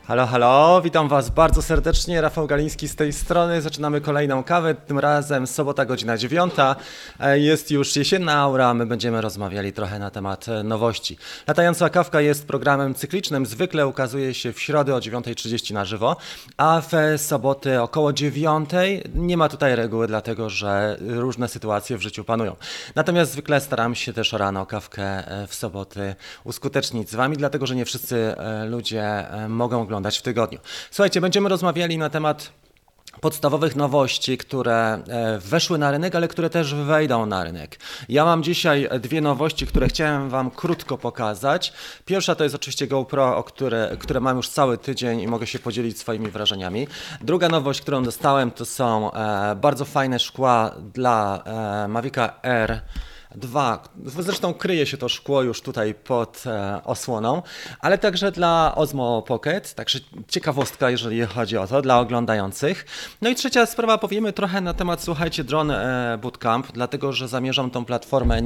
Halo, halo, witam Was bardzo serdecznie, Rafał Galiński z tej strony. Zaczynamy kolejną kawę, tym razem sobota, godzina 9. Jest już jesienna aura, my będziemy rozmawiali trochę na temat nowości. Latająca kawka jest programem cyklicznym, zwykle ukazuje się w środę o 9:30 na żywo, a w soboty około 9. Nie ma tutaj reguły, dlatego że różne sytuacje w życiu panują. Natomiast zwykle staram się też rano kawkę w soboty uskutecznić z Wami, dlatego że nie wszyscy ludzie mogą oglądać w tygodniu. Słuchajcie, będziemy rozmawiali na temat podstawowych nowości, które weszły na rynek, ale które też wejdą na rynek. Ja mam dzisiaj dwie nowości, które chciałem Wam krótko pokazać. Pierwsza to jest oczywiście GoPro, które mam już cały tydzień i mogę się podzielić swoimi wrażeniami. Druga nowość, którą dostałem, to są bardzo fajne szkła dla Mavica Air 2. Zresztą kryje się to szkło już tutaj pod osłoną, ale także dla Osmo Pocket, także ciekawostka, jeżeli chodzi o to, dla oglądających. No i trzecia sprawa, powiemy trochę na temat, słuchajcie, Drone Bootcamp, dlatego że zamierzam tą platformę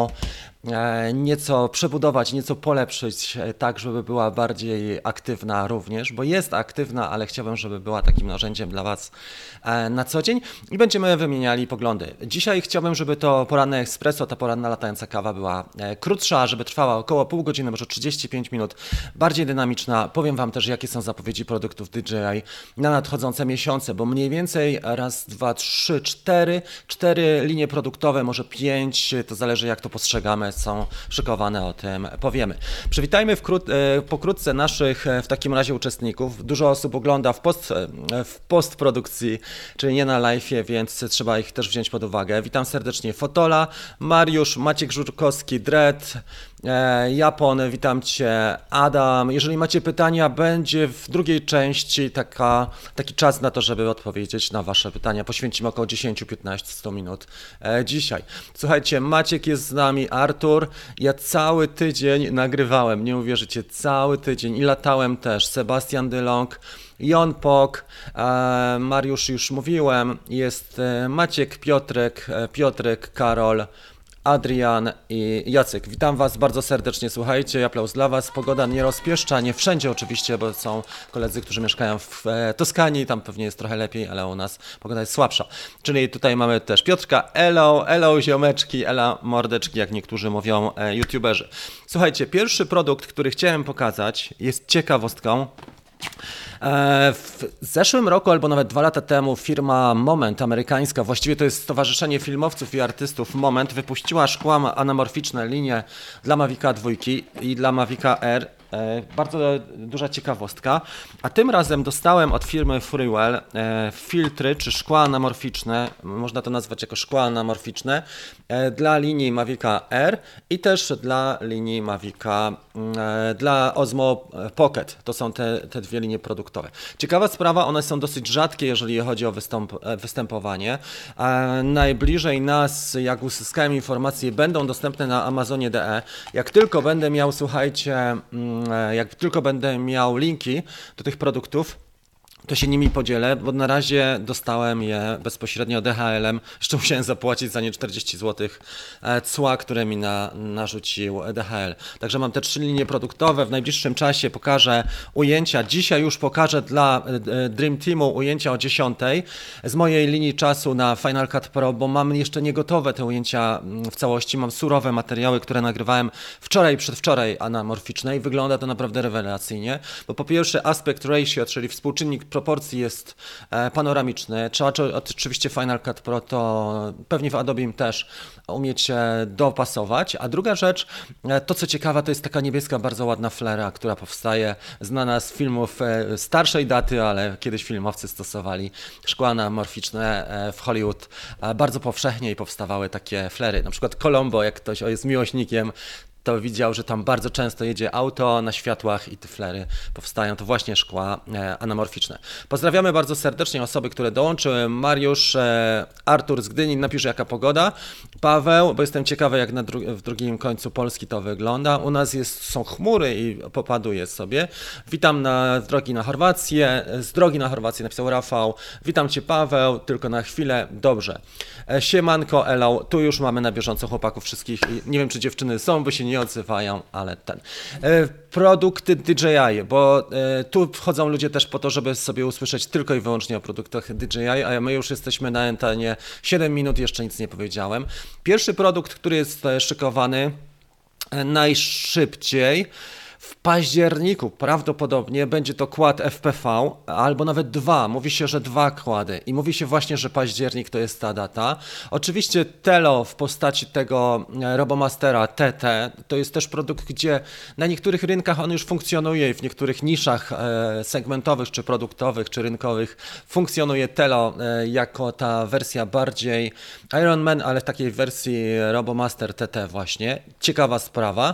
nieco przebudować, nieco polepszyć, tak żeby była bardziej aktywna również, bo jest aktywna, ale chciałbym, żeby była takim narzędziem dla Was na co dzień i będziemy wymieniali poglądy. Dzisiaj chciałbym, żeby to poranne espresso, ta poranna latająca kawa była krótsza, żeby trwała około pół godziny, może 35 minut, bardziej dynamiczna. Powiem Wam też, jakie są zapowiedzi produktów DJI na nadchodzące miesiące, bo mniej więcej raz, dwa, trzy, cztery linie produktowe, może 5, to zależy jak to postrzegamy, są szykowane, o tym powiemy. Przywitajmy pokrótce naszych w takim razie uczestników. Dużo osób ogląda w postprodukcji, czyli nie na live'ie, więc trzeba ich też wziąć pod uwagę. Witam serdecznie Fotola, Mariusz, Maciek Żurkowski, Dread, Japon, witam Cię, Adam. Jeżeli macie pytania, będzie w drugiej części taki czas na to, żeby odpowiedzieć na Wasze pytania. Poświęcimy około 10, 15, 100 minut dzisiaj. Słuchajcie, Maciek jest z nami, Artur. Ja cały tydzień nagrywałem, nie uwierzycie, cały tydzień i latałem też. Sebastian Dylong, Jon Pok, Mariusz już mówiłem, jest Maciek, Piotrek, Karol, Adrian i Jacek. Witam Was bardzo serdecznie, słuchajcie, aplauz dla Was. Pogoda nie rozpieszcza, nie wszędzie oczywiście, bo są koledzy, którzy mieszkają w Toskanii, tam pewnie jest trochę lepiej, ale u nas pogoda jest słabsza. Czyli tutaj mamy też Piotrka, elo ziomeczki, ela mordeczki, jak niektórzy mówią youtuberzy. Słuchajcie, pierwszy produkt, który chciałem pokazać, jest ciekawostką. W zeszłym roku, albo nawet 2 lata temu, firma Moment, amerykańska, właściwie to jest Stowarzyszenie Filmowców i Artystów Moment, wypuściła szkła anamorficzne linie dla Mavica 2 i dla Mavica Air. Bardzo duża ciekawostka, a tym razem dostałem od firmy Freewell filtry czy szkła anamorficzne, można to nazwać jako szkła anamorficzne, dla linii Mavica Air i też dla linii Mavica, dla Osmo Pocket. To są te dwie linie produktowe. Ciekawa sprawa, one są dosyć rzadkie, jeżeli chodzi o występowanie. Najbliżej nas, jak uzyskałem informacje, będą dostępne na Amazonie.de. Jak tylko będę miał, słuchajcie, jak tylko będę miał linki do tych produktów, to się nimi podzielę, bo na razie dostałem je bezpośrednio DHL-em. Jeszcze musiałem zapłacić za nie 40 zł cła, które mi narzucił DHL. Także mam te 3 linie produktowe. W najbliższym czasie pokażę ujęcia. Dzisiaj już pokażę dla Dream Teamu ujęcia o 10 z mojej linii czasu na Final Cut Pro, bo mam jeszcze nie gotowe te ujęcia w całości. Mam surowe materiały, które nagrywałem wczoraj, przedwczoraj anamorficzne i wygląda to naprawdę rewelacyjnie, bo po pierwsze aspect ratio, czyli współczynnik proporcji jest panoramiczny. Trzeba oczywiście Final Cut Pro to pewnie w Adobe też umiecie dopasować. A druga rzecz, to co ciekawe, to jest taka niebieska, bardzo ładna flera, która powstaje, znana z filmów starszej daty, ale kiedyś filmowcy stosowali szkła anamorficzne w Hollywood. Bardzo powszechnie i powstawały takie flery. Na przykład Columbo, jak ktoś jest miłośnikiem, to widział, że tam bardzo często jedzie auto na światłach i te flery powstają. To właśnie szkła anamorficzne. Pozdrawiamy bardzo serdecznie osoby, które dołączyły. Mariusz, Artur z Gdyni, napisze jaka pogoda. Paweł, bo jestem ciekawy jak w drugim końcu Polski to wygląda. U nas są chmury i popaduje sobie. Witam z drogi na Chorwację. Z drogi na Chorwację napisał Rafał. Witam Cię Paweł, tylko na chwilę. Dobrze. Siemanko, elo. Tu już mamy na bieżąco chłopaków wszystkich. Nie wiem czy dziewczyny są, bo się nie nie odzywają, ale produkty DJI, bo tu wchodzą ludzie też po to, żeby sobie usłyszeć tylko i wyłącznie o produktach DJI, a my już jesteśmy na antenie 7 minut, jeszcze nic nie powiedziałem. Pierwszy produkt, który jest szykowany najszybciej w październiku prawdopodobnie będzie to kład FPV, albo nawet 2. Mówi się, że 2 kłady i mówi się właśnie, że październik to jest ta data. Oczywiście Telo w postaci tego Robomastera TT to jest też produkt, gdzie na niektórych rynkach on już funkcjonuje i w niektórych niszach segmentowych, czy produktowych, czy rynkowych funkcjonuje Telo jako ta wersja bardziej Ironman, ale w takiej wersji Robomaster TT właśnie. Ciekawa sprawa.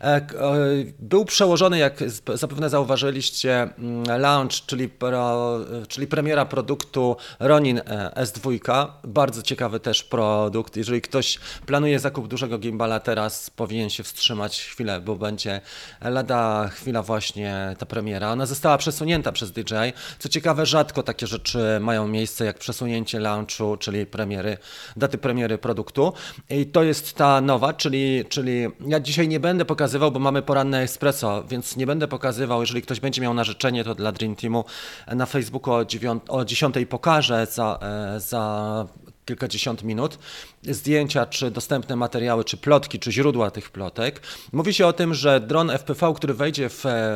Był przełożony, jak zapewne zauważyliście, launch, czyli premiera produktu Ronin S2. Bardzo ciekawy też produkt. Jeżeli ktoś planuje zakup dużego gimbala teraz, powinien się wstrzymać chwilę, bo będzie lada chwila właśnie ta premiera. Ona została przesunięta przez DJI. Co ciekawe, rzadko takie rzeczy mają miejsce jak przesunięcie launchu, czyli daty premiery produktu. I to jest ta nowa, czyli ja dzisiaj nie będę pokazywał, bo mamy poranne espresso, więc nie będę pokazywał. Jeżeli ktoś będzie miał na życzenie, to dla Dream Teamu na Facebooku o 10 pokażę za kilkadziesiąt minut zdjęcia, czy dostępne materiały, czy plotki, czy źródła tych plotek. Mówi się o tym, że dron FPV, który wejdzie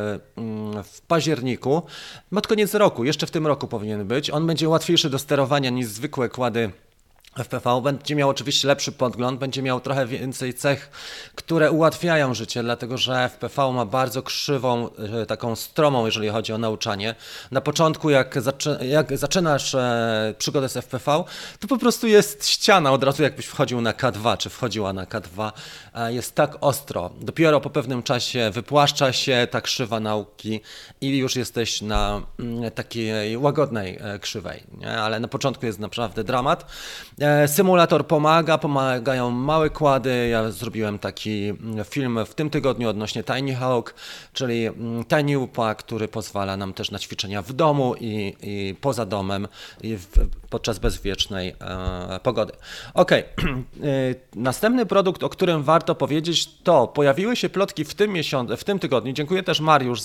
w październiku, pod koniec roku, jeszcze w tym roku powinien być, on będzie łatwiejszy do sterowania niż zwykłe kłady FPV, będzie miał oczywiście lepszy podgląd, będzie miał trochę więcej cech, które ułatwiają życie, dlatego że FPV ma bardzo krzywą, taką stromą, jeżeli chodzi o nauczanie. Na początku, jak zaczynasz przygodę z FPV, to po prostu jest ściana, od razu jakbyś wchodził na K2, czy wchodziła na K2, jest tak ostro. Dopiero po pewnym czasie wypłaszcza się ta krzywa nauki i już jesteś na takiej łagodnej krzywej, nie? Ale na początku jest naprawdę dramat. Symulator pomagają małe kłady. Ja zrobiłem taki film w tym tygodniu odnośnie Tiny Hawk, czyli Tiny UPA, który pozwala nam też na ćwiczenia w domu i poza domem podczas bezwiecznej pogody. Ok, następny produkt, o którym warto powiedzieć, to pojawiły się plotki w tym tygodniu. Dziękuję też Mariusz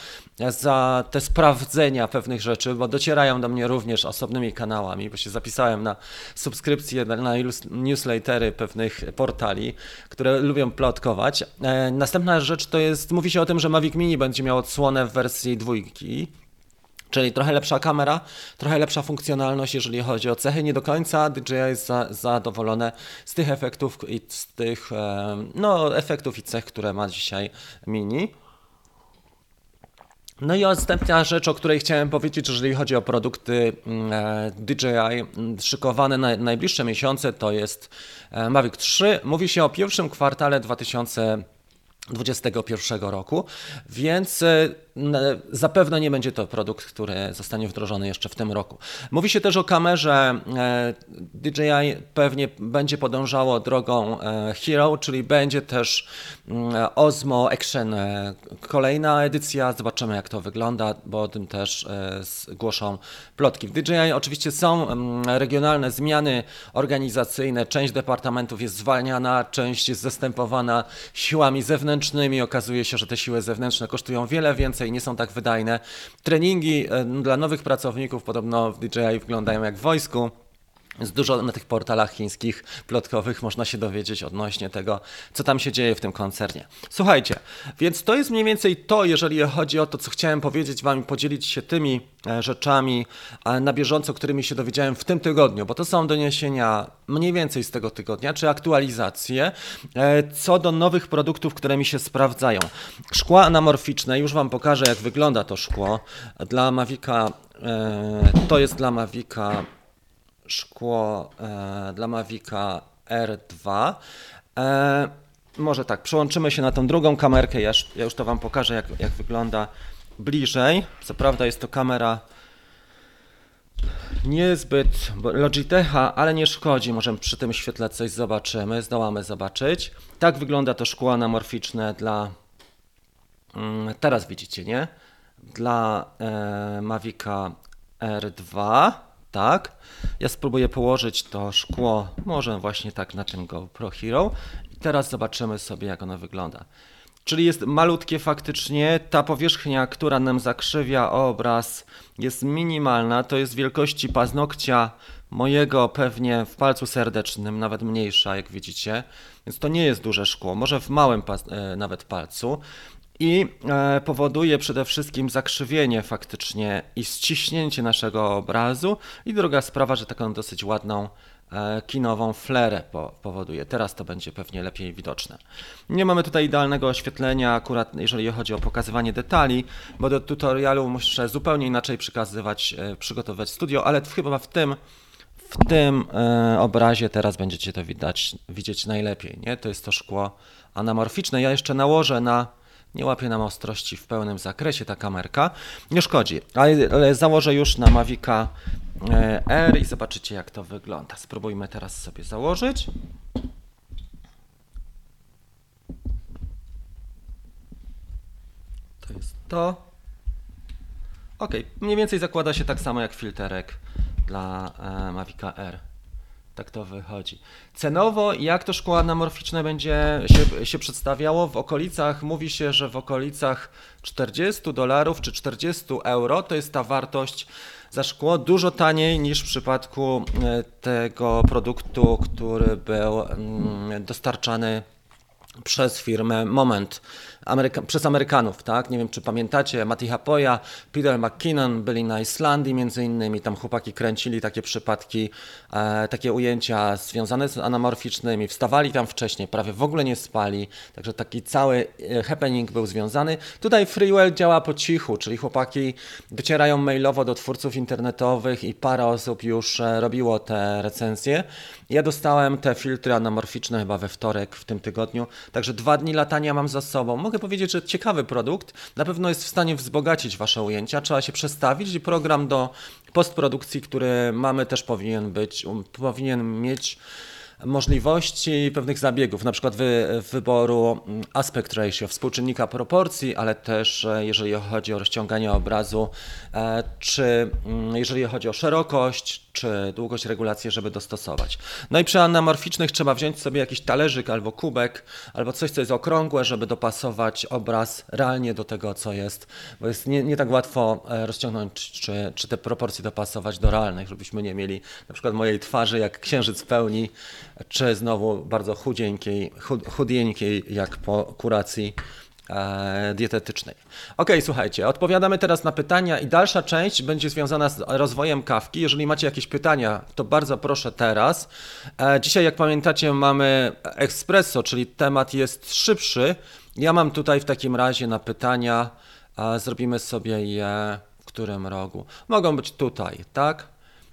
za te sprawdzenia pewnych rzeczy, bo docierają do mnie również osobnymi kanałami, bo się zapisałem na subskrypcję na newslettery pewnych portali, które lubią plotkować. Następna rzecz to jest, mówi się o tym, że Mavic Mini będzie miał odsłonę w wersji 2. Czyli trochę lepsza kamera, trochę lepsza funkcjonalność, jeżeli chodzi o cechy. Nie do końca DJI jest zadowolone z tych efektów i z tych efektów i cech, które ma dzisiaj Mini. No i ostatnia rzecz, o której chciałem powiedzieć, jeżeli chodzi o produkty DJI szykowane na najbliższe miesiące, to jest Mavic 3. Mówi się o pierwszym kwartale 2021 roku, więc zapewne nie będzie to produkt, który zostanie wdrożony jeszcze w tym roku. Mówi się też o kamerze. DJI pewnie będzie podążało drogą Hero, czyli będzie też Osmo Action kolejna edycja. Zobaczymy, jak to wygląda, bo o tym też głoszą plotki. W DJI oczywiście są regionalne zmiany organizacyjne. Część departamentów jest zwalniana, część jest zastępowana siłami zewnętrznymi. Okazuje się, że te siły zewnętrzne kosztują wiele więcej, nie są tak wydajne. Treningi dla nowych pracowników podobno w DJI wyglądają jak w wojsku. Jest dużo na tych portalach chińskich, plotkowych można się dowiedzieć odnośnie tego, co tam się dzieje w tym koncernie. Słuchajcie, więc to jest mniej więcej to, jeżeli chodzi o to, co chciałem powiedzieć wam i podzielić się tymi rzeczami na bieżąco, którymi się dowiedziałem w tym tygodniu, bo to są doniesienia mniej więcej z tego tygodnia, czy aktualizacje co do nowych produktów, które mi się sprawdzają. Szkła anamorficzne, już wam pokażę, jak wygląda to szkło. Dla Mavica, to jest dla Mavica szkło dla Mavica R2. Może tak, przełączymy się na tą drugą kamerkę, ja już to wam pokażę, jak wygląda bliżej. Co prawda jest to kamera niezbyt Logitecha, ale nie szkodzi, może przy tym świetle coś zobaczymy, zdołamy zobaczyć. Tak wygląda to szkło anamorficzne teraz widzicie, nie? Dla Mavica R2. tak. Ja spróbuję położyć to szkło może właśnie tak na tym GoPro Hero i teraz zobaczymy sobie, jak ono wygląda. Czyli jest malutkie faktycznie, ta powierzchnia, która nam zakrzywia obraz, jest minimalna, to jest wielkości paznokcia mojego pewnie w palcu serdecznym, nawet mniejsza jak widzicie, więc to nie jest duże szkło, może w małym nawet palcu i powoduje przede wszystkim zakrzywienie faktycznie i ściśnięcie naszego obrazu i druga sprawa, że taką dosyć ładną kinową flerę powoduje. Teraz to będzie pewnie lepiej widoczne. Nie mamy tutaj idealnego oświetlenia, akurat jeżeli chodzi o pokazywanie detali, bo do tutorialu muszę zupełnie inaczej przygotowywać studio, ale chyba w tym obrazie teraz będziecie to widzieć najlepiej. Nie? To jest to szkło anamorficzne. Ja jeszcze nałożę nie łapie nam ostrości w pełnym zakresie ta kamerka. Nie szkodzi, ale założę już na Mavica R i zobaczycie, jak to wygląda. Spróbujmy teraz sobie założyć. To jest to. Ok, mniej więcej zakłada się tak samo jak filterek dla Mavica R. Tak to wychodzi. Cenowo, jak to szkło anamorficzne będzie się przedstawiało? W okolicach, mówi się, że w okolicach $40 czy 40 euro to jest ta wartość za szkło, dużo taniej niż w przypadku tego produktu, który był dostarczany przez firmę Moment, przez Amerykanów, tak? Nie wiem, czy pamiętacie, Matti Haapoja, Peter McKinnon byli na Islandii między innymi, tam chłopaki kręcili takie przypadki, takie ujęcia związane z anamorficznymi, wstawali tam wcześniej, prawie w ogóle nie spali, także taki cały happening był związany. Tutaj Freewell działa po cichu, czyli chłopaki docierają mailowo do twórców internetowych i parę osób już robiło te recenzje. Ja dostałem te filtry anamorficzne chyba we wtorek w tym tygodniu, także 2 dni latania mam za sobą. Mogę powiedzieć, że ciekawy produkt, na pewno jest w stanie wzbogacić wasze ujęcia, trzeba się przestawić i program do postprodukcji, który mamy też powinien mieć możliwości pewnych zabiegów, na przykład wyboru aspect ratio, współczynnika proporcji, ale też jeżeli chodzi o rozciąganie obrazu, czy jeżeli chodzi o szerokość, czy długość regulacji, żeby dostosować. No i przy anamorficznych trzeba wziąć sobie jakiś talerzyk albo kubek, albo coś, co jest okrągłe, żeby dopasować obraz realnie do tego, co jest, bo jest nie tak łatwo rozciągnąć, czy te proporcje dopasować do realnych, żebyśmy nie mieli na przykład mojej twarzy jak księżyc w pełni, czy znowu bardzo chudieńkiej jak po kuracji dietetycznej. Ok, słuchajcie, odpowiadamy teraz na pytania i dalsza część będzie związana z rozwojem kawki. Jeżeli macie jakieś pytania, to bardzo proszę teraz. Dzisiaj, jak pamiętacie, mamy espresso, czyli temat jest szybszy. Ja mam tutaj w takim razie na pytania, zrobimy sobie je w którym rogu? Mogą być tutaj, tak?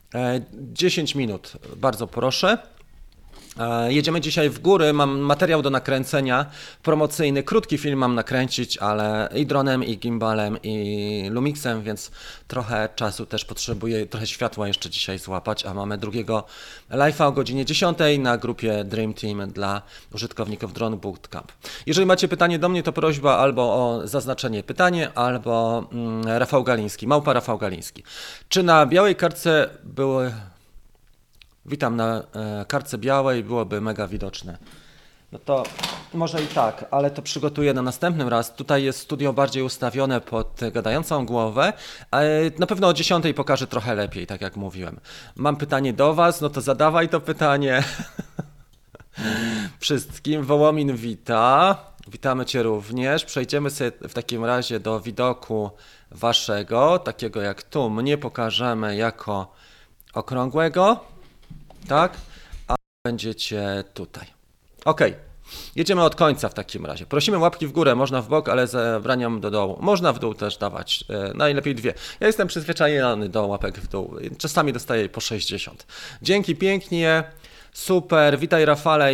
10 minut, bardzo proszę. Jedziemy dzisiaj w góry, mam materiał do nakręcenia, promocyjny, krótki film mam nakręcić, ale i dronem, i gimbalem, i Lumixem, więc trochę czasu też potrzebuję, trochę światła jeszcze dzisiaj złapać, a mamy drugiego live'a o godzinie 10 na grupie Dream Team dla użytkowników Drone Bootcamp. Jeżeli macie pytanie do mnie, to prośba albo o zaznaczenie pytanie, albo Rafał Galiński, małpa Rafał Galiński. Czy na białej kartce były... Witam na kartce białej, byłoby mega widoczne. No to może i tak, ale to przygotuję na następnym raz. Tutaj jest studio bardziej ustawione pod gadającą głowę. Na pewno o 10 pokażę trochę lepiej, tak jak mówiłem. Mam pytanie do Was, no to zadawaj to pytanie. Wszystkim. Wołomin wita. Witamy Cię również. Przejdziemy sobie w takim razie do widoku Waszego, takiego jak tu. Mnie pokażemy jako okrągłego. Tak? A będziecie tutaj. Ok. Jedziemy od końca w takim razie. Prosimy łapki w górę, można w bok, ale zabraniam do dołu. Można w dół też dawać, najlepiej 2. Ja jestem przyzwyczajony do łapek w dół. Czasami dostaję po 60. Dzięki pięknie. Super, witaj Rafale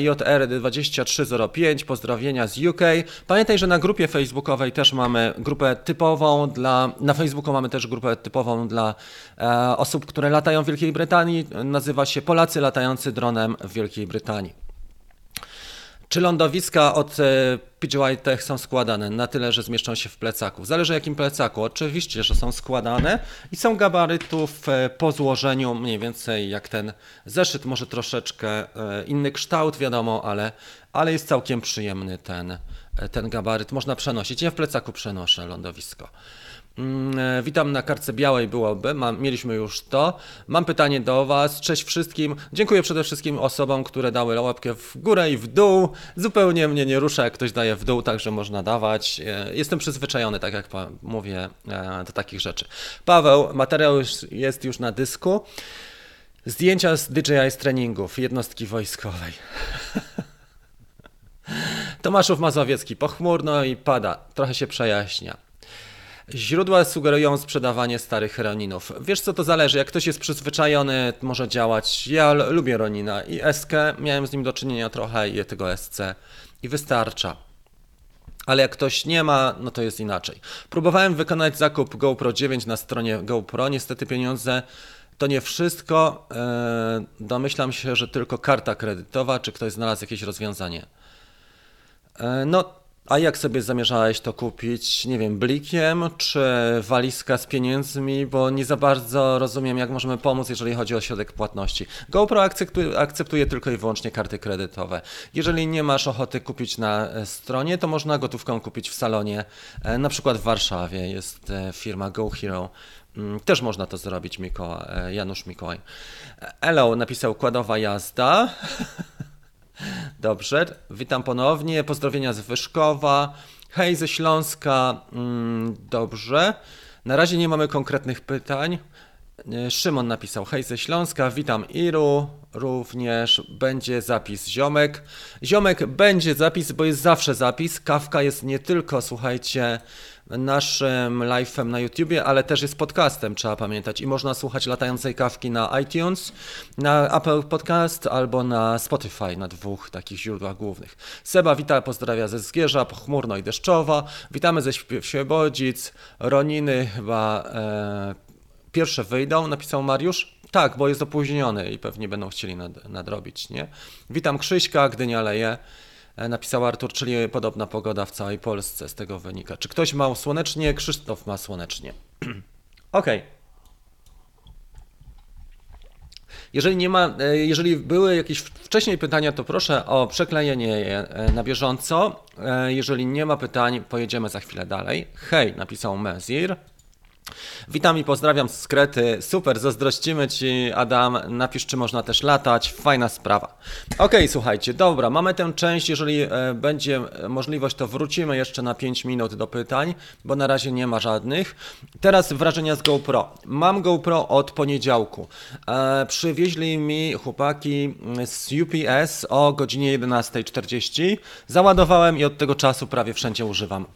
JR2305, pozdrowienia z UK. Pamiętaj, że na grupie facebookowej też mamy grupę typową na Facebooku mamy też grupę typową dla osób, które latają w Wielkiej Brytanii. Nazywa się Polacy latający dronem w Wielkiej Brytanii. Czy lądowiska od PGY Tech są składane na tyle, że zmieszczą się w plecaku? Zależy jakim plecaku. Oczywiście, że są składane i są gabarytów po złożeniu mniej więcej jak ten zeszyt, może troszeczkę inny kształt, wiadomo, ale jest całkiem przyjemny ten gabaryt. Można przenosić. Ja w plecaku przenoszę lądowisko. Witam na kartce białej byłoby, mieliśmy już to. Mam pytanie do Was, cześć wszystkim. Dziękuję przede wszystkim osobom, które dały łapkę w górę i w dół. Zupełnie mnie nie rusza, jak ktoś daje w dół, także można dawać. Jestem przyzwyczajony, tak jak mówię, do takich rzeczy. Paweł, materiał jest już na dysku. Zdjęcia z DJI z treningów jednostki wojskowej. Tomaszów Mazowiecki, pochmurno i pada, trochę się przejaśnia. Źródła sugerują sprzedawanie starych roninów. Wiesz co, to zależy, jak ktoś jest przyzwyczajony, może działać. Ja lubię ronina i SK, miałem z nim do czynienia trochę i tego SC i wystarcza. Ale jak ktoś nie ma, no to jest inaczej. Próbowałem wykonać zakup GoPro 9 na stronie GoPro, niestety pieniądze to nie wszystko. Domyślam się, że tylko karta kredytowa, czy ktoś znalazł jakieś rozwiązanie. A jak sobie zamierzałeś to kupić? Nie wiem, blikiem czy walizka z pieniędzmi, bo nie za bardzo rozumiem, jak możemy pomóc, jeżeli chodzi o środek płatności. GoPro akceptuje tylko i wyłącznie karty kredytowe. Jeżeli nie masz ochoty kupić na stronie, to można gotówką kupić w salonie, na przykład w Warszawie jest firma GoHero. Też można to zrobić, Janusz Mikołaj. Elo napisał kładowa jazda. Dobrze, witam ponownie, pozdrowienia z Wyszkowa, hej ze Śląska, dobrze, na razie nie mamy konkretnych pytań. Szymon napisał, hej ze Śląska, witam Iru, również będzie zapis Ziomek. Ziomek będzie zapis, bo jest zawsze zapis, Kawka jest nie tylko, słuchajcie, naszym live'em na YouTubie, ale też jest podcastem, trzeba pamiętać i można słuchać latającej kawki na iTunes, na Apple Podcast albo na Spotify, na dwóch takich źródłach głównych. Seba wita, pozdrawia ze Zgierza, pochmurno i deszczowa, witamy ze Świebodzic, Roniny chyba pierwsze wyjdą, napisał Mariusz. Tak, bo jest opóźniony i pewnie będą chcieli nadrobić, nie? Witam Krzyśka, Gdynia leje. Napisał Artur, czyli podobna pogoda w całej Polsce z tego wynika. Czy ktoś ma słonecznie? Krzysztof ma słonecznie. Okej. Jeżeli były jakieś wcześniej pytania, to proszę o przeklejenie je na bieżąco. Jeżeli nie ma pytań, pojedziemy za chwilę dalej. Hej, napisał Mezir. Witam i pozdrawiam z Krety. Super, zazdrościmy Ci, Adam. Napisz, czy można też latać. Fajna sprawa. Okej, słuchajcie, dobra, mamy tę część. Jeżeli będzie możliwość, to wrócimy jeszcze na 5 minut do pytań, bo na razie nie ma żadnych. Teraz wrażenia z GoPro. Mam GoPro od poniedziałku. Przywieźli mi chłopaki z UPS o godzinie 11:40. Załadowałem i od tego czasu prawie wszędzie używam.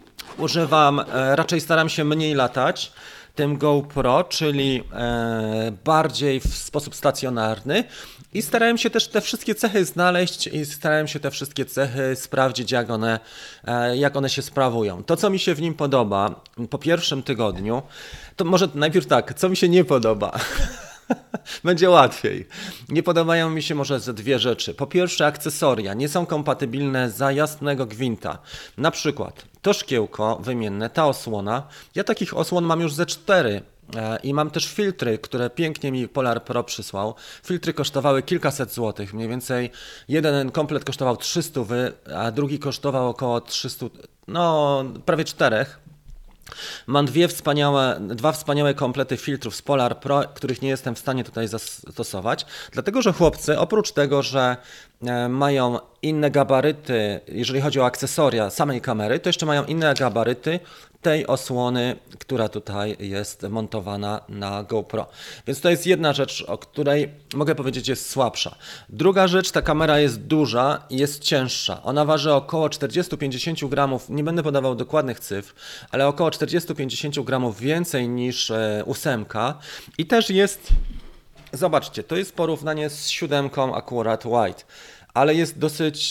Raczej staram się mniej latać tym GoPro, czyli bardziej w sposób stacjonarny i starałem się też te wszystkie cechy znaleźć i starałem się te wszystkie cechy sprawdzić, jak one się sprawują. To, co mi się w nim podoba po pierwszym tygodniu, to może najpierw tak, co mi się nie podoba. Będzie łatwiej. Nie podobają mi się może ze dwie rzeczy. Po pierwsze, akcesoria nie są kompatybilne za jasnego gwinta. Na przykład to szkiełko wymienne, ta osłona. Ja takich osłon mam już ze 4 i mam też filtry, które pięknie mi Polar Pro przysłał. Filtry kosztowały kilkaset złotych. Mniej więcej jeden komplet kosztował 300, a drugi kosztował około 300, no prawie 4. Mam dwa wspaniałe komplety filtrów z Polar Pro, których nie jestem w stanie tutaj zastosować, dlatego że chłopcy, oprócz tego, że mają inne gabaryty, jeżeli chodzi o akcesoria samej kamery, to jeszcze mają inne gabaryty tej osłony, która tutaj jest montowana na GoPro. Więc to jest jedna rzecz, o której mogę powiedzieć jest słabsza. Druga rzecz, ta kamera jest duża i jest cięższa. Ona waży około 40-50 gramów, nie będę podawał dokładnych cyfr, ale około 40-50 gramów więcej niż 8 i też jest, zobaczcie, to jest porównanie z 7 akurat White, ale jest dosyć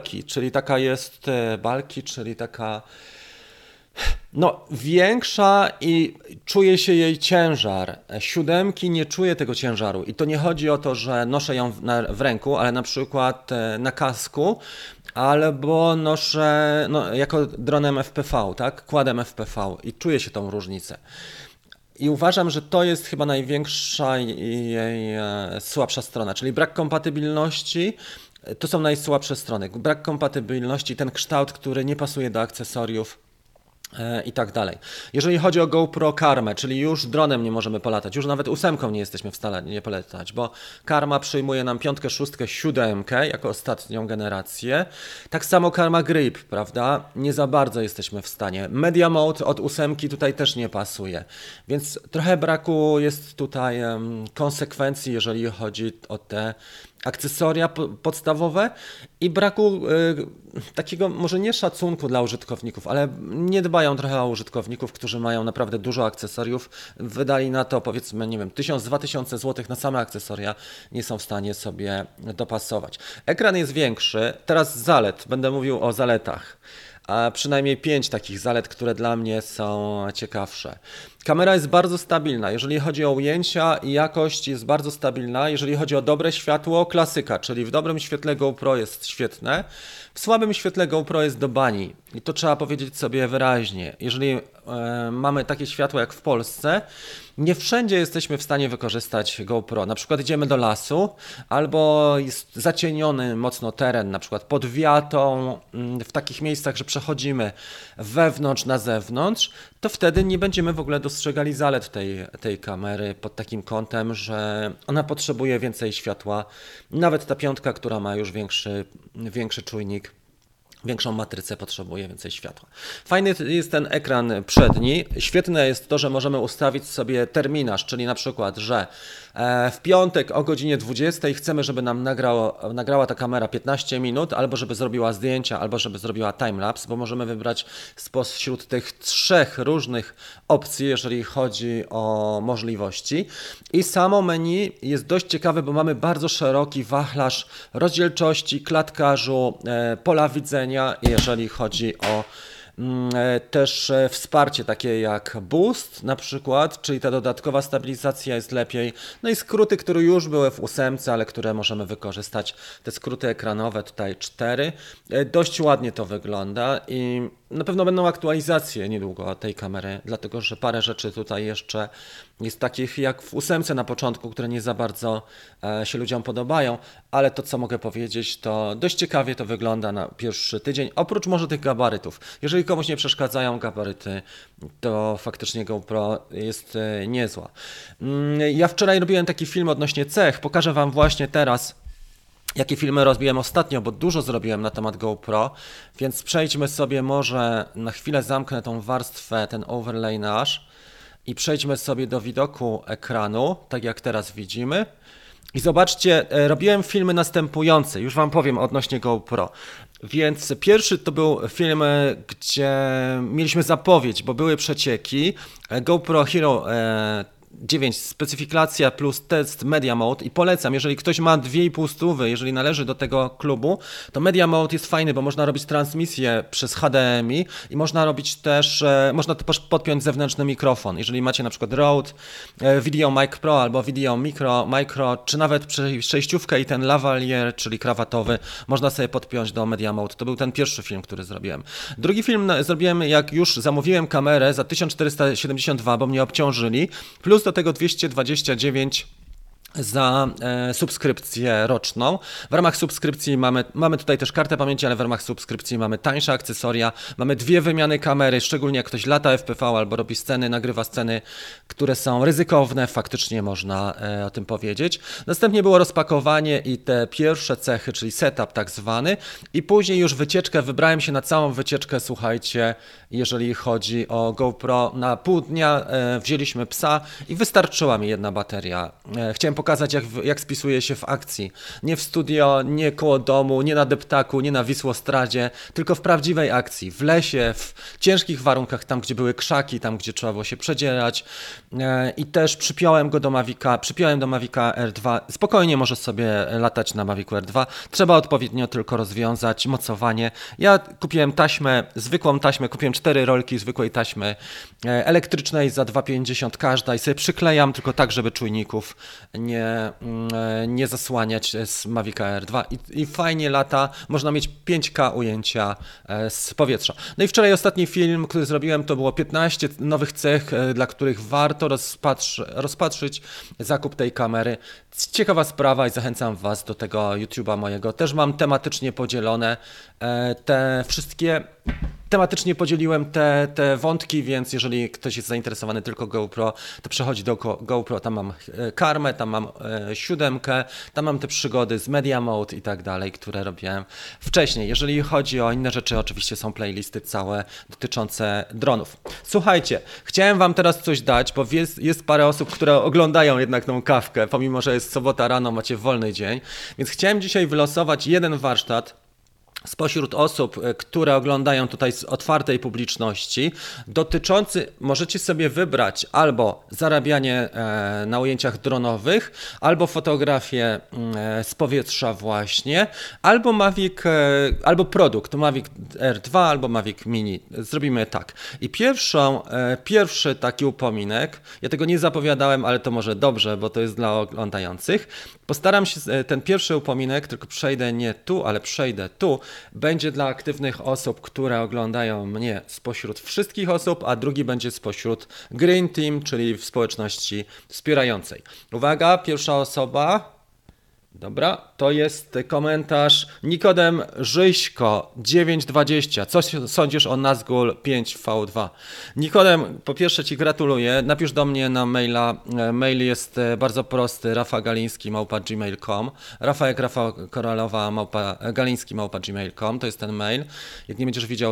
taka no, większa i czuje się jej ciężar. 7 nie czuje tego ciężaru i to nie chodzi o to, że noszę ją w ręku, ale na przykład na kasku albo noszę jako dronem FPV, tak? Quadem FPV i czuję się tą różnicę. I uważam, że to jest chyba największa jej słabsza strona, czyli brak kompatybilności. To są najsłabsze strony. Brak kompatybilności, ten kształt, który nie pasuje do akcesoriów i tak dalej. Jeżeli chodzi o GoPro Karmę, czyli już dronem nie możemy polatać, już nawet 8 nie jesteśmy w stanie polatać, bo Karma przyjmuje nam 5, 6, 7 jako ostatnią generację. Tak samo Karma Grip, prawda? Nie za bardzo jesteśmy w stanie. Media Mode od 8 tutaj też nie pasuje, więc trochę braku jest tutaj konsekwencji, jeżeli chodzi o te akcesoria podstawowe i braku takiego może nie szacunku dla użytkowników, ale nie dbają trochę o użytkowników, którzy mają naprawdę dużo akcesoriów, wydali na to powiedzmy, nie wiem, 1000-2000 zł na same akcesoria, nie są w stanie sobie dopasować. Ekran jest większy, teraz zalet, będę mówił o zaletach. A przynajmniej 5 takich zalet, które dla mnie są ciekawsze. Kamera jest bardzo stabilna, jeżeli chodzi o ujęcia i jakość jest bardzo stabilna, jeżeli chodzi o dobre światło, klasyka, czyli w dobrym świetle GoPro jest świetne, w słabym świetle GoPro jest do bani i to trzeba powiedzieć sobie wyraźnie. Jeżeli mamy takie światło jak w Polsce, nie wszędzie jesteśmy w stanie wykorzystać GoPro. Na przykład idziemy do lasu albo jest zacieniony mocno teren, na przykład pod wiatą, w takich miejscach, że przechodzimy wewnątrz na zewnątrz, to wtedy nie będziemy w ogóle dostrzegali zalet tej kamery pod takim kątem, że ona potrzebuje więcej światła. Nawet ta 5, która ma już większy czujnik, większą matrycę, potrzebuje więcej światła. Fajny jest ten ekran przedni. Świetne jest to, że możemy ustawić sobie terminarz, czyli na przykład, że w piątek o godzinie 20 chcemy, żeby nam nagrała ta kamera 15 minut, albo żeby zrobiła zdjęcia, albo żeby zrobiła timelapse, bo możemy wybrać spośród tych 3 różnych opcji, jeżeli chodzi o możliwości. I samo menu jest dość ciekawe, bo mamy bardzo szeroki wachlarz rozdzielczości, klatkarzu, pola widzenia, jeżeli chodzi o też wsparcie takie jak Boost na przykład, czyli ta dodatkowa stabilizacja jest lepiej. No i skróty, które już były w 8, ale które możemy wykorzystać, te skróty ekranowe, tutaj 4. Dość ładnie to wygląda i na pewno będą aktualizacje niedługo tej kamery, dlatego że parę rzeczy tutaj jeszcze jest takich jak w 8 na początku, które nie za bardzo się ludziom podobają, ale to co mogę powiedzieć, to dość ciekawie to wygląda na pierwszy tydzień, oprócz może tych gabarytów. Jeżeli komuś nie przeszkadzają gabaryty, to faktycznie GoPro jest niezła. Ja wczoraj robiłem taki film odnośnie cech, pokażę Wam właśnie teraz, jakie filmy robiłem ostatnio, bo dużo zrobiłem na temat GoPro, więc przejdźmy sobie może, na chwilę zamknę tą warstwę, ten overlay nasz i przejdźmy sobie do widoku ekranu, tak jak teraz widzimy. I zobaczcie, robiłem filmy następujące, już Wam powiem odnośnie GoPro. Więc pierwszy to był film, gdzie mieliśmy zapowiedź, bo były przecieki. GoPro Hero 9 specyfikacja plus test Media Mode i polecam, jeżeli ktoś ma 2,5 stówy, jeżeli należy do tego klubu, to Media Mode jest fajny, bo można robić transmisję przez HDMI i można robić też, można też podpiąć zewnętrzny mikrofon. Jeżeli macie na przykład Rode, Video Mic Pro albo Video Micro, czy nawet przejściówkę i ten lavalier, czyli krawatowy, można sobie podpiąć do Media Mode. To był ten pierwszy film, który zrobiłem. Drugi film zrobiłem, jak już zamówiłem kamerę za 1472, bo mnie obciążyli, plus do tego 229 za subskrypcję roczną. W ramach subskrypcji mamy tutaj też kartę pamięci, ale w ramach subskrypcji mamy tańsze akcesoria, mamy 2 wymiany kamery, szczególnie jak ktoś lata FPV albo robi sceny, nagrywa sceny, które są ryzykowne, faktycznie można o tym powiedzieć. Następnie było rozpakowanie i te pierwsze cechy, czyli setup tak zwany i później już wycieczkę, wybrałem się na całą wycieczkę, słuchajcie, jeżeli chodzi o GoPro, na pół dnia wzięliśmy psa i wystarczyła mi jedna bateria. Chciałem pokazać, jak spisuje się w akcji. Nie w studio, nie koło domu, nie na deptaku, nie na Wisłostradzie, tylko w prawdziwej akcji, w lesie, w ciężkich warunkach, tam gdzie były krzaki, tam gdzie trzeba było się przedzierać. I też przypiąłem do Mavica R2. Spokojnie może sobie latać na Mavicu R2. Trzeba odpowiednio tylko rozwiązać mocowanie. Ja kupiłem taśmę, zwykłą taśmę, kupiłem 4 rolki zwykłej taśmy elektrycznej za 2,50 każda i sobie przyklejam tylko tak, żeby czujników nie zasłaniać z Mavic Air 2 i fajnie lata, można mieć 5K ujęcia z powietrza. No i wczoraj ostatni film, który zrobiłem, to było 15 nowych cech, dla których warto rozpatrzyć zakup tej kamery. Ciekawa sprawa i zachęcam Was do tego YouTube'a mojego. Też mam tematycznie podzielone te wszystkie. Tematycznie podzieliłem te wątki, więc jeżeli ktoś jest zainteresowany tylko GoPro, to przechodzi do GoPro, tam mam karmę, tam mam 7, tam mam te przygody z Media Mode i tak dalej, które robiłem wcześniej. Jeżeli chodzi o inne rzeczy, oczywiście są playlisty całe dotyczące dronów. Słuchajcie, chciałem Wam teraz coś dać, bo jest parę osób, które oglądają jednak tą kawkę, pomimo że jest sobota rano, macie wolny dzień, więc chciałem dzisiaj wylosować jeden warsztat spośród osób, które oglądają tutaj z otwartej publiczności, dotyczący, możecie sobie wybrać albo zarabianie na ujęciach dronowych, albo fotografię z powietrza właśnie, albo Mavic, albo produkt Mavic R2, albo Mavic Mini. Zrobimy tak. I pierwszy taki upominek, ja tego nie zapowiadałem, ale to może dobrze, bo to jest dla oglądających. Postaram się ten pierwszy upominek, tylko przejdę nie tu, ale przejdę tu, będzie dla aktywnych osób, które oglądają mnie spośród wszystkich osób, a drugi będzie spośród Green Team, czyli w społeczności wspierającej. Uwaga, pierwsza osoba. Dobra, to jest komentarz Nikodem Żyśko 920. Co sądzisz o Nazgul 5V2? Nikodem, po pierwsze Ci gratuluję. Napisz do mnie na maila. Mail jest bardzo prosty. rafagaliński@gmail.com. Rafa jak Rafa Koralowa galiński@gmail.com. To jest ten mail. Jak nie będziesz widział,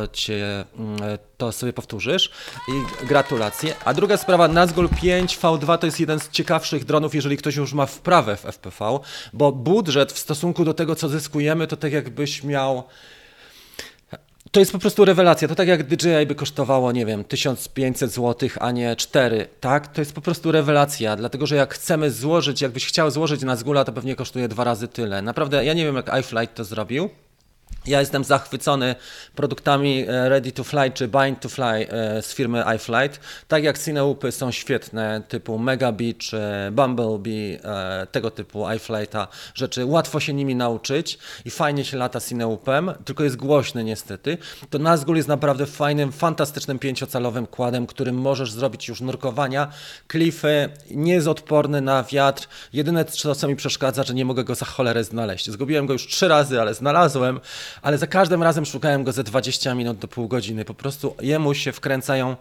to sobie powtórzysz i gratulacje. A druga sprawa, Nazgul 5V2 to jest jeden z ciekawszych dronów, jeżeli ktoś już ma wprawę w FPV, bo budżet w stosunku do tego, co zyskujemy, to tak jakbyś miał... To jest po prostu rewelacja. To tak jak DJI by kosztowało, nie wiem, 1500 zł, a nie 4, tak? To jest po prostu rewelacja, dlatego że jak chcemy złożyć, jakbyś chciał złożyć Nazgula, to pewnie kosztuje 2 razy tyle. Naprawdę, ja nie wiem, jak iFlight to zrobił. Ja jestem zachwycony produktami Ready to Fly czy Bind to Fly z firmy iFlight. Tak jak Cineupy są świetne, typu Megabee czy Bumblebee, tego typu iFlighta rzeczy. Łatwo się nimi nauczyć i fajnie się lata Cineupem, tylko jest głośny niestety. To Nazgul jest naprawdę fajnym, fantastycznym 5-calowym kładem, którym możesz zrobić już nurkowania, klify, nie jest odporny na wiatr. Jedyne co mi przeszkadza, że nie mogę go za cholerę znaleźć. Zgubiłem go już 3 razy, ale znalazłem. Ale za każdym razem szukałem go ze 20 minut do pół godziny. Po prostu jemu się wkręcają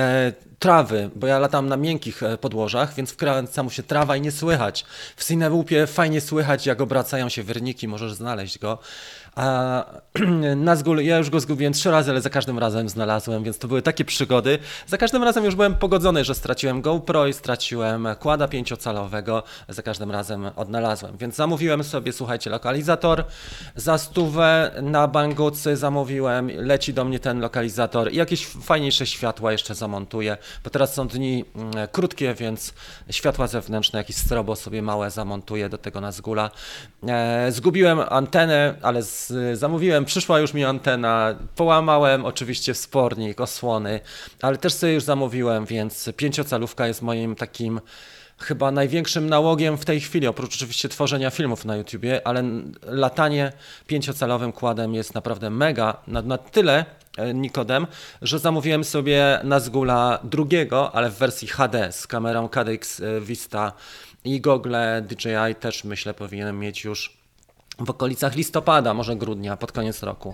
trawy, bo ja latam na miękkich podłożach, więc wkręca mu się trawa i nie słychać. W Cineupie fajnie słychać, jak obracają się wyrniki, możesz znaleźć go. A Nazgul, ja już go zgubiłem 3 razy, ale za każdym razem znalazłem, więc to były takie przygody. Za każdym razem już byłem pogodzony, że straciłem GoPro i straciłem kłada 5-calowego. Za każdym razem odnalazłem, więc zamówiłem sobie, słuchajcie, lokalizator za 100 na Banggoodzy zamówiłem, leci do mnie ten lokalizator i jakieś fajniejsze światła jeszcze zamontuję, bo teraz są dni krótkie, więc światła zewnętrzne, jakieś strobo sobie małe zamontuję do tego Nazgula. Zgubiłem antenę, ale zamówiłem, przyszła już mi antena, połamałem oczywiście wspornik, osłony, ale też sobie już zamówiłem, więc 5-calówka jest moim takim chyba największym nałogiem w tej chwili, oprócz oczywiście tworzenia filmów na YouTubie, ale latanie 5-calowym kładem jest naprawdę mega, na tyle Nikodem, że zamówiłem sobie Nazgula drugiego, ale w wersji HD z kamerą KDX Vista i gogle DJI też myślę powinienem mieć już w okolicach listopada, może grudnia, pod koniec roku.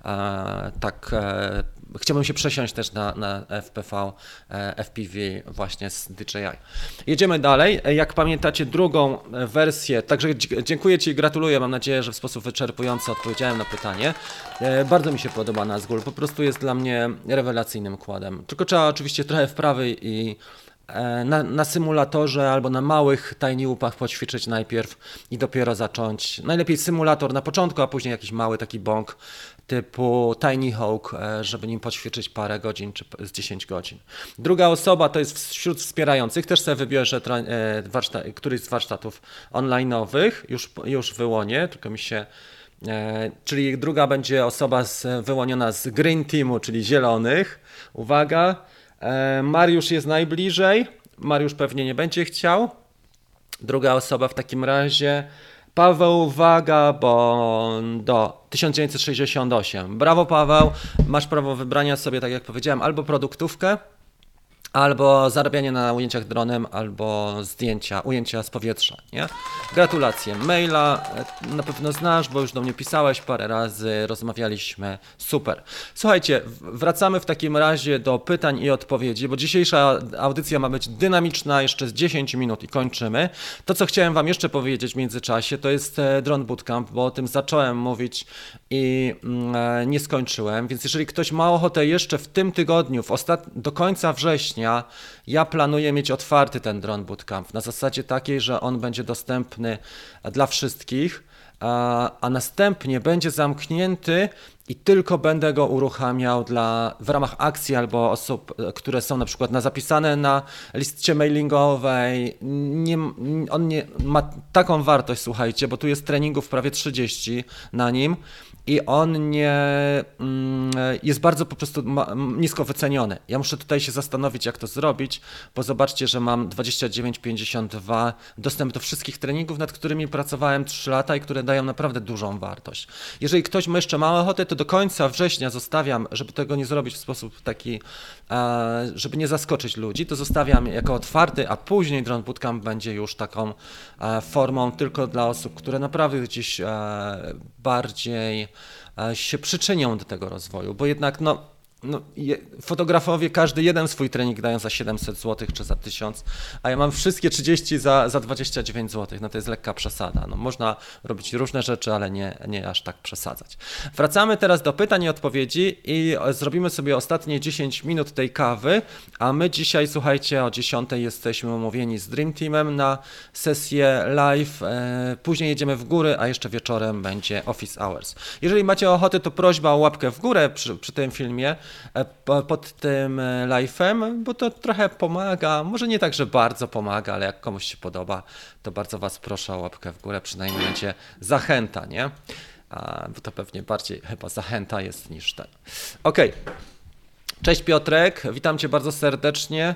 Chciałbym się przesiąść też na FPV, FPV właśnie z DJI. Jedziemy dalej. Jak pamiętacie drugą wersję, także dziękuję Ci i gratuluję. Mam nadzieję, że w sposób wyczerpujący odpowiedziałem na pytanie. Bardzo mi się podoba Nazgul, po prostu jest dla mnie rewelacyjnym kładem. Tylko trzeba oczywiście trochę wprawy i na symulatorze albo na małych tinyupach poćwiczyć najpierw i dopiero zacząć. Najlepiej symulator na początku, a później jakiś mały taki bąk typu Tiny Hawk, żeby nim poćwiczyć parę godzin czy z 10 godzin. Druga osoba to jest wśród wspierających, też sobie wybierze któryś z warsztatów online'owych, już wyłonię, tylko mi się... Czyli druga będzie osoba wyłoniona z Green Teamu, czyli zielonych. Uwaga! Mariusz jest najbliżej. Mariusz pewnie nie będzie chciał. Druga osoba w takim razie, Paweł Vagabondo, 1968. Brawo Paweł, masz prawo wybrania sobie, tak jak powiedziałem, albo produktówkę, albo zarabianie na ujęciach dronem, albo ujęcia z powietrza, nie? Gratulacje. Maila na pewno znasz, bo już do mnie pisałeś parę razy, rozmawialiśmy. Super. Słuchajcie, wracamy w takim razie do pytań i odpowiedzi, bo dzisiejsza audycja ma być dynamiczna, jeszcze z 10 minut i kończymy. To, co chciałem wam jeszcze powiedzieć w międzyczasie, to jest Drone Bootcamp, bo o tym zacząłem mówić i nie skończyłem, więc jeżeli ktoś ma ochotę jeszcze w tym tygodniu, do końca września, ja planuję mieć otwarty ten Drone Bootcamp na zasadzie takiej, że on będzie dostępny dla wszystkich, a następnie będzie zamknięty i tylko będę go uruchamiał w ramach akcji albo osób, które są na przykład zapisane na liście mailingowej. On nie ma taką wartość, słuchajcie, bo tu jest treningów prawie 30 na nim i on nie jest bardzo po prostu nisko wyceniony. Ja muszę tutaj się zastanowić, jak to zrobić, bo zobaczcie, że mam 29,52 dostęp do wszystkich treningów, nad którymi pracowałem 3 lata i które dają naprawdę dużą wartość. Jeżeli ktoś ma jeszcze małą ochotę, to do końca września zostawiam, żeby tego nie zrobić w sposób taki, żeby nie zaskoczyć ludzi, to zostawiam jako otwarty, a później Drone Bootcamp będzie już taką formą tylko dla osób, które naprawdę gdzieś bardziej się przyczynią do tego rozwoju, bo jednak fotografowie każdy jeden swój trening dają za 700 zł czy za 1000, a ja mam wszystkie 30 za 29 zł. No to jest lekka przesada. No, można robić różne rzeczy, ale nie aż tak przesadzać. Wracamy teraz do pytań i odpowiedzi i zrobimy sobie ostatnie 10 minut tej kawy, a my dzisiaj, słuchajcie, o 10 jesteśmy umówieni z Dream Teamem na sesję live, później jedziemy w góry, a jeszcze wieczorem będzie Office Hours. Jeżeli macie ochotę, to prośba o łapkę w górę przy tym filmie, pod tym live'em, bo to trochę pomaga, może nie tak, że bardzo pomaga, ale jak komuś się podoba, to bardzo was proszę o łapkę w górę, przynajmniej będzie zachęta, nie? Bo to pewnie bardziej chyba zachęta jest niż ten. Okej. Cześć Piotrek, witam cię bardzo serdecznie.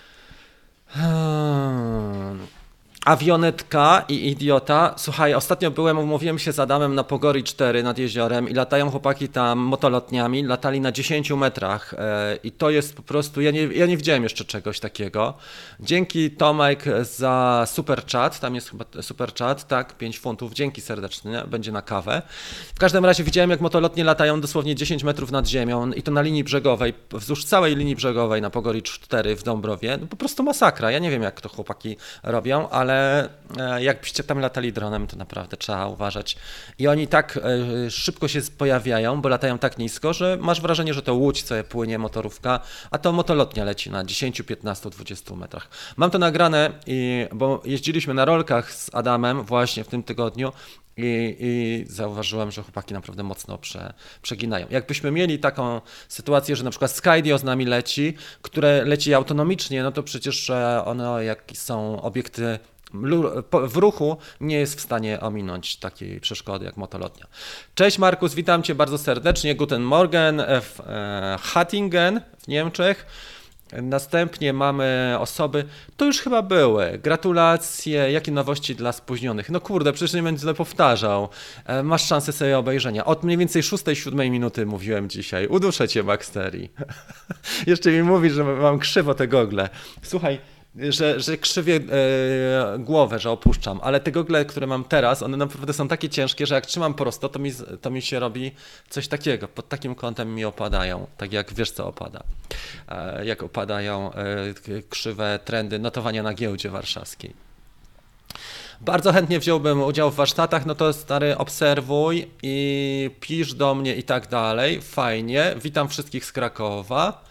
Awionetka i idiota. Słuchaj, ostatnio umówiłem się z Adamem na Pogori 4 nad jeziorem i latają chłopaki tam motolotniami, latali na 10 metrach i to jest po prostu, ja nie widziałem jeszcze czegoś takiego. Dzięki Tomek za super chat, tam jest chyba super chat, tak, 5 funtów, dzięki serdecznie, będzie na kawę. W każdym razie widziałem, jak motolotnie latają dosłownie 10 metrów nad ziemią i to na linii brzegowej, wzdłuż całej linii brzegowej na Pogori 4 w Dąbrowie. No, po prostu masakra, ja nie wiem, jak to chłopaki robią, ale jakbyście tam latali dronem, to naprawdę trzeba uważać. I oni tak szybko się pojawiają, bo latają tak nisko, że masz wrażenie, że to łódź, co płynie, motorówka, a to motolotnia leci na 10, 15, 20 metrach. Mam to nagrane, bo jeździliśmy na rolkach z Adamem właśnie w tym tygodniu i zauważyłem, że chłopaki naprawdę mocno przeginają. Jakbyśmy mieli taką sytuację, że na przykład Skydio z nami leci, które leci autonomicznie, no to przecież ono, jak są obiekty w ruchu, nie jest w stanie ominąć takiej przeszkody jak motolotnia. Cześć Markus, witam cię bardzo serdecznie. Guten Morgen w Hattingen w Niemczech. Następnie mamy osoby, to już chyba były, gratulacje, jakie nowości dla spóźnionych. No kurde, przecież nie będę powtarzał, masz szansę sobie obejrzenia. Od mniej więcej 6-7 minuty mówiłem dzisiaj, uduszę cię Maxtery. Jeszcze mi mówisz, że mam krzywo te gogle. Słuchaj, że krzywię głowę, że opuszczam, ale te gogle, które mam teraz, one naprawdę są takie ciężkie, że jak trzymam prosto, to mi się robi coś takiego, pod takim kątem mi opadają, tak jak wiesz co opada, jak opadają krzywe trendy notowania na giełdzie warszawskiej. Bardzo chętnie wziąłbym udział w warsztatach, no to stary, obserwuj i pisz do mnie i tak dalej, fajnie, witam wszystkich z Krakowa.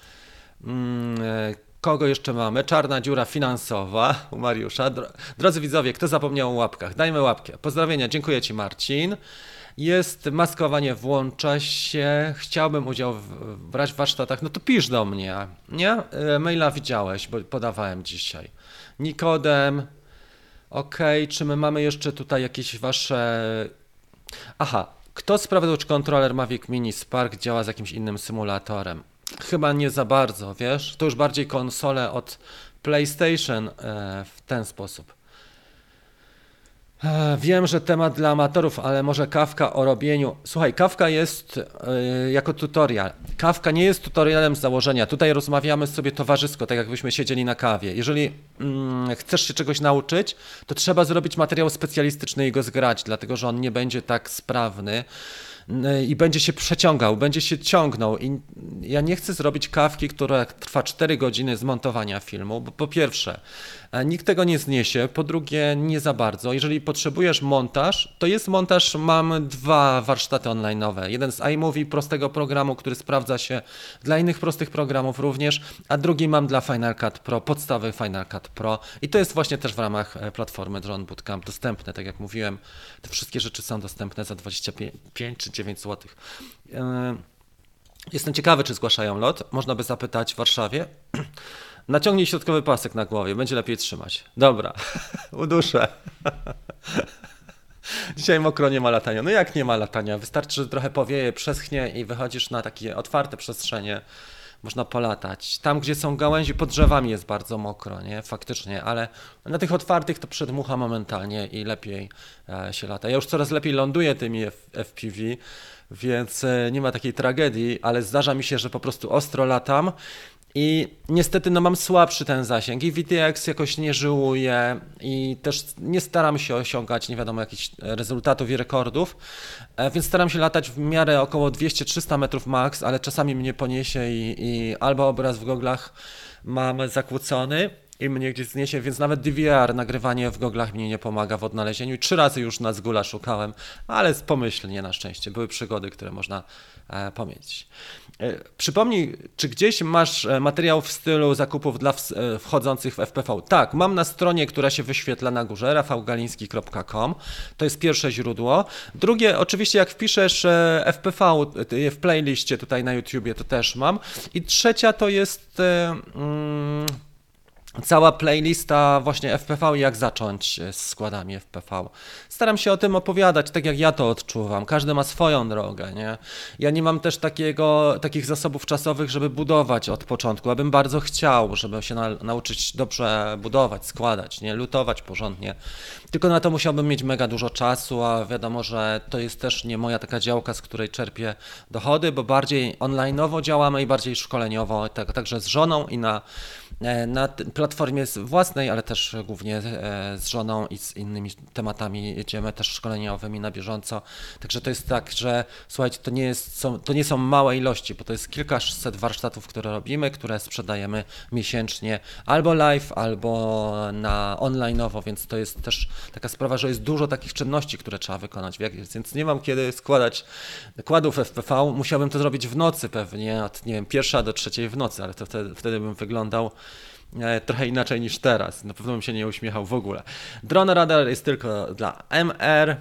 Kogo jeszcze mamy? Czarna dziura finansowa u Mariusza. Drodzy widzowie, kto zapomniał o łapkach? Dajmy łapkę. Pozdrowienia, dziękuję ci Marcin. Jest maskowanie, włącza się. Chciałbym brać w warsztatach. No to pisz do mnie, nie? Maila widziałeś, bo podawałem dzisiaj. Nikodem. Okej, czy my mamy jeszcze tutaj jakieś wasze... Aha, kto sprawdzał, czy kontroler Mavic Mini Spark działa z jakimś innym symulatorem? Chyba nie za bardzo, wiesz? To już bardziej konsole od PlayStation w ten sposób. Wiem, że temat dla amatorów, ale może kawka o robieniu. Słuchaj, kawka jest jako tutorial. Kawka nie jest tutorialem z założenia. Tutaj rozmawiamy sobie towarzysko, tak jakbyśmy siedzieli na kawie. Jeżeli chcesz się czegoś nauczyć, to trzeba zrobić materiał specjalistyczny i go zgrać, dlatego że on nie będzie tak sprawny i będzie się przeciągał, będzie się ciągnął. I ja nie chcę zrobić kawki, która trwa 4 godziny zmontowania filmu, bo po pierwsze, nikt tego nie zniesie, po drugie, nie za bardzo. Jeżeli potrzebujesz montaż, to jest montaż, mam 2 warsztaty online'owe. Jeden z iMovie, prostego programu, który sprawdza się dla innych prostych programów również, a drugi mam dla Final Cut Pro, podstawy Final Cut Pro. I to jest właśnie też w ramach platformy Drone Bootcamp dostępne, tak jak mówiłem. Te wszystkie rzeczy są dostępne za 25 czy 9 zł. Jestem ciekawy, czy zgłaszają lot. Można by zapytać w Warszawie. Naciągnij środkowy pasek na głowie, będzie lepiej trzymać. Dobra, uduszę. Dzisiaj mokro, nie ma latania. No jak nie ma latania? Wystarczy, że trochę powieje, przeschnie i wychodzisz na takie otwarte przestrzenie. Można polatać. Tam, gdzie są gałęzie, pod drzewami jest bardzo mokro, nie? Faktycznie, ale na tych otwartych to przedmucha momentalnie i lepiej się lata. Ja już coraz lepiej ląduję tymi FPV, więc nie ma takiej tragedii, ale zdarza mi się, że po prostu ostro latam i niestety no mam słabszy ten zasięg i VTX jakoś nie żyłuje i też nie staram się osiągać nie wiadomo jakichś rezultatów i rekordów, więc staram się latać w miarę około 200-300 metrów max, ale czasami mnie poniesie i albo obraz w goglach mam zakłócony i mnie gdzieś zniesie, więc nawet DVR, nagrywanie w goglach mi nie pomaga w odnalezieniu. 3 razy już na Zgula szukałem, ale pomyślnie na szczęście. Były przygody, które można pomyśleć. Przypomnij, czy gdzieś masz materiał w stylu zakupów dla wchodzących w FPV? Tak, mam na stronie, która się wyświetla na górze, rafałgaliński.com. To jest pierwsze źródło. Drugie, oczywiście jak wpiszesz FPV w playliście tutaj na YouTubie, to też mam. I trzecia to jest cała playlista właśnie FPV i jak zacząć z składami FPV. Staram się o tym opowiadać, tak jak ja to odczuwam. Każdy ma swoją drogę, nie? Ja nie mam też takich zasobów czasowych, żeby budować od początku. Ja bym bardzo chciał, żeby się nauczyć dobrze budować, składać, nie? Lutować porządnie. Tylko na to musiałbym mieć mega dużo czasu, a wiadomo, że to jest też nie moja taka działka, z której czerpię dochody, bo bardziej online'owo działamy i bardziej szkoleniowo, także z żoną i na platformie własnej, ale też głównie z żoną i z innymi tematami jedziemy też szkoleniowymi na bieżąco. Także to jest tak, że słuchajcie, to nie są małe ilości, bo to jest kilkaset warsztatów, które robimy, które sprzedajemy miesięcznie albo live, albo na online'owo, więc to jest też taka sprawa, że jest dużo takich czynności, które trzeba wykonać, więc nie mam kiedy składać kładów FPV. Musiałbym to zrobić w nocy pewnie, od nie wiem, 1 do 3 w nocy, ale to wtedy bym wyglądał trochę inaczej niż teraz. Na pewno bym się nie uśmiechał w ogóle. Drone Radar jest tylko dla MR.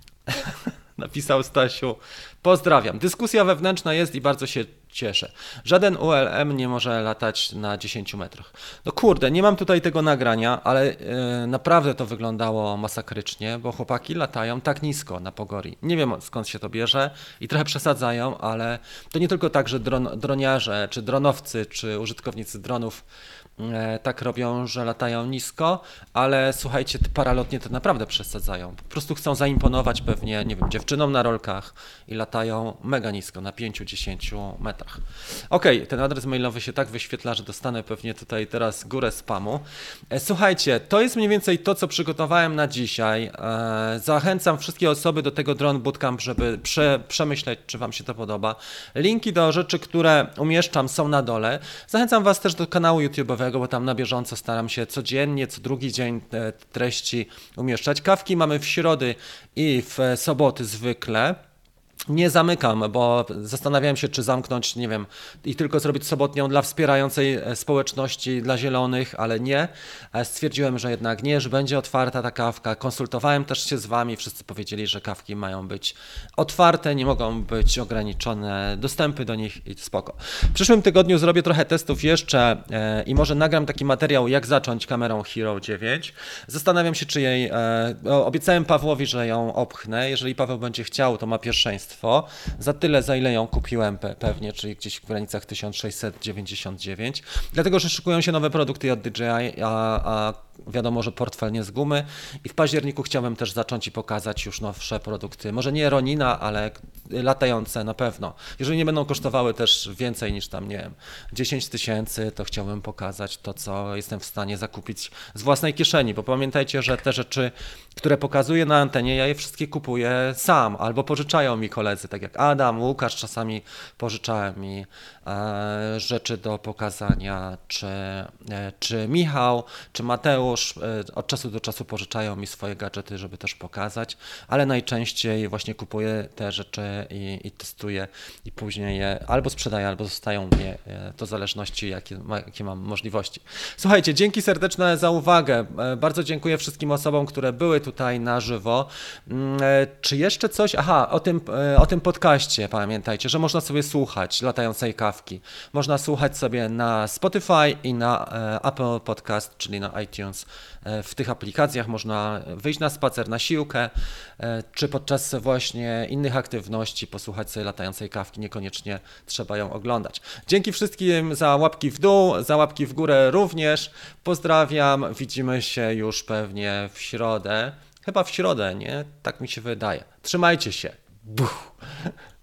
Napisał Stasiu. Pozdrawiam. Dyskusja wewnętrzna jest i bardzo się cieszę. Żaden ULM nie może latać na 10 metrach. No kurde, nie mam tutaj tego nagrania, ale naprawdę to wyglądało masakrycznie, bo chłopaki latają tak nisko na Pogori. Nie wiem skąd się to bierze i trochę przesadzają, ale to nie tylko tak, że droniarze, czy dronowcy, czy użytkownicy dronów tak robią, że latają nisko, ale słuchajcie, te paralotnie to naprawdę przesadzają. Po prostu chcą zaimponować pewnie, nie wiem, dziewczynom na rolkach i latają mega nisko, na 5-10 metrach. Okej, ten adres mailowy się tak wyświetla, że dostanę pewnie tutaj teraz górę spamu. Słuchajcie, to jest mniej więcej to, co przygotowałem na dzisiaj. Zachęcam wszystkie osoby do tego Drone Bootcamp, żeby przemyśleć, czy Wam się to podoba. Linki do rzeczy, które umieszczam, są na dole. Zachęcam Was też do kanału YouTube'owego, bo tam na bieżąco staram się codziennie, co drugi dzień treści umieszczać. Kawki mamy w środy i w soboty zwykle. Nie zamykam, bo zastanawiałem się, czy zamknąć, nie wiem, i tylko zrobić sobotnią dla wspierającej społeczności, dla zielonych, ale nie. Stwierdziłem, że jednak nie, że będzie otwarta ta kawka. Konsultowałem też się z Wami, wszyscy powiedzieli, że kawki mają być otwarte, nie mogą być ograniczone dostępy do nich i spoko. W przyszłym tygodniu zrobię trochę testów jeszcze i może nagram taki materiał, jak zacząć kamerą Hero 9. Zastanawiam się, czy jej, obiecałem Pawłowi, że ją opchnę. Jeżeli Paweł będzie chciał, to ma pierwszeństwo. Za tyle, za ile ją kupiłem pewnie, czyli gdzieś w granicach 1699. Dlatego, że szykują się nowe produkty od DJI, a wiadomo, że portfel nie z gumy i w październiku chciałbym też zacząć i pokazać już nowsze produkty. Może nie Ronina, ale latające na pewno. Jeżeli nie będą kosztowały też więcej niż tam, nie wiem, 10 tysięcy, to chciałbym pokazać to, co jestem w stanie zakupić z własnej kieszeni, bo pamiętajcie, że te rzeczy, które pokazuję na antenie, ja je wszystkie kupuję sam albo pożyczają mi koledzy, tak jak Adam, Łukasz, czasami pożyczałem mi rzeczy do pokazania, czy Michał, czy Mateusz od czasu do czasu pożyczają mi swoje gadżety, żeby też pokazać, ale najczęściej właśnie kupuję te rzeczy i testuję i później je albo sprzedaję, albo zostają mnie, to w zależności jakie mam możliwości. Słuchajcie, dzięki serdeczne za uwagę. Bardzo dziękuję wszystkim osobom, które były tutaj na żywo. Czy jeszcze coś? Aha, o tym podcaście pamiętajcie, że można sobie słuchać latającej kawki. Można słuchać sobie na Spotify i na Apple Podcast, czyli na iTunes. W tych aplikacjach można wyjść na spacer, na siłkę, czy podczas właśnie innych aktywności posłuchać sobie latającej kawki. Niekoniecznie trzeba ją oglądać. Dzięki wszystkim za łapki w dół, za łapki w górę również. Pozdrawiam, widzimy się już pewnie w środę. Chyba w środę, nie? Tak mi się wydaje. Trzymajcie się. Buch.